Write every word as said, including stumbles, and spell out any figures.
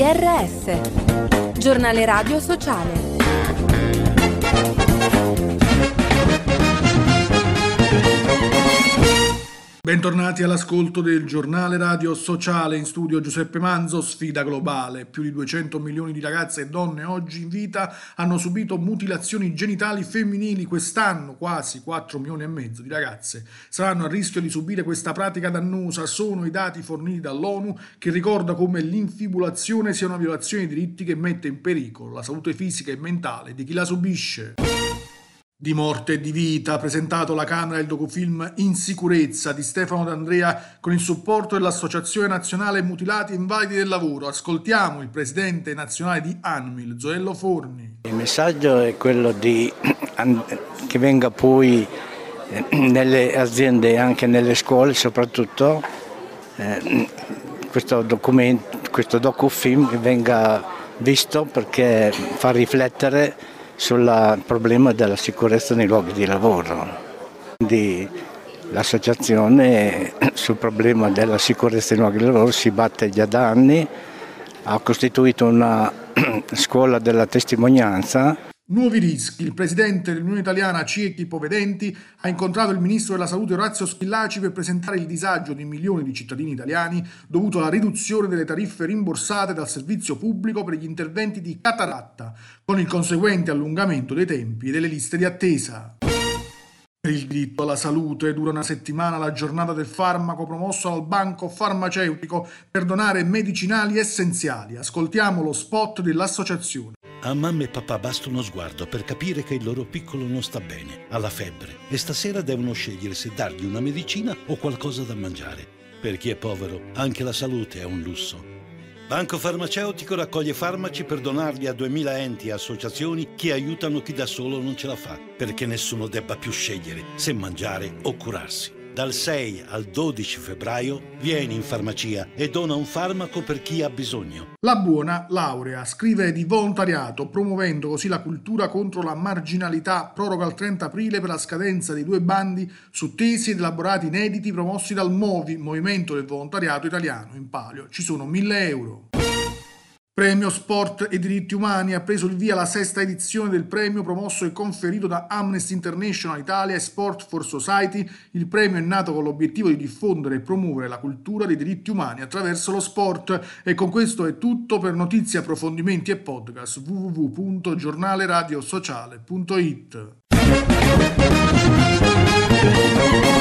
R S, giornale radio sociale. Bentornati all'ascolto del giornale radio sociale. In studio Giuseppe Manzo. Sfida globale. Più di duecento milioni di ragazze e donne oggi in vita hanno subito mutilazioni genitali femminili. Quest'anno quasi quattro milioni e mezzo di ragazze saranno a rischio di subire questa pratica dannosa. Sono i dati forniti dall'ONU, che ricorda come l'infibulazione sia una violazione dei diritti che mette in pericolo la salute fisica e mentale di chi la subisce. Di morte e di vita ha presentato alla Camera il docufilm In sicurezza di Stefano D'Andrea con il supporto dell'Associazione Nazionale Mutilati e Invalidi del Lavoro. Ascoltiamo il presidente nazionale di ANMIL, Zoello Forni. Il messaggio è quello di che venga poi nelle aziende e anche nelle scuole soprattutto eh, questo documento, questo docufilm che venga visto, perché fa riflettere sul problema della sicurezza nei luoghi di lavoro. Quindi l'associazione sul problema della sicurezza nei luoghi di lavoro si batte già da anni, ha costituito una scuola della testimonianza. Nuovi rischi. Il presidente dell'Unione Italiana Ciechi Ipovedenti ha incontrato il ministro della Salute Orazio Schillaci per presentare il disagio di milioni di cittadini italiani dovuto alla riduzione delle tariffe rimborsate dal servizio pubblico per gli interventi di cataratta, con il conseguente allungamento dei tempi e delle liste di attesa. Per il diritto alla salute dura una settimana la giornata del farmaco promossa dal banco farmaceutico per donare medicinali essenziali. Ascoltiamo lo spot dell'associazione. A mamma e papà basta uno sguardo per capire che il loro piccolo non sta bene, ha la febbre, e stasera devono scegliere se dargli una medicina o qualcosa da mangiare. Per chi è povero, anche la salute è un lusso. Banco Farmaceutico raccoglie farmaci per donarli a duemila enti e associazioni che aiutano chi da solo non ce la fa, perché nessuno debba più scegliere se mangiare o curarsi. Dal sei al dodici febbraio vieni in farmacia e dona un farmaco per chi ha bisogno. La buona laurea scrive di volontariato, promuovendo così la cultura contro la marginalità. Proroga al trenta aprile per la scadenza dei due bandi su tesi ed elaborati inediti promossi dal MOVI, Movimento del Volontariato Italiano. In palio ci sono mille euro. Premio Sport e Diritti Umani. Ha preso il via la sesta edizione del premio promosso e conferito da Amnesty International Italia e Sport for Society. Il premio è nato con l'obiettivo di diffondere e promuovere la cultura dei diritti umani attraverso lo sport. E con questo è tutto. Per notizie, approfondimenti e podcast w w w punto giornale radio sociale punto it.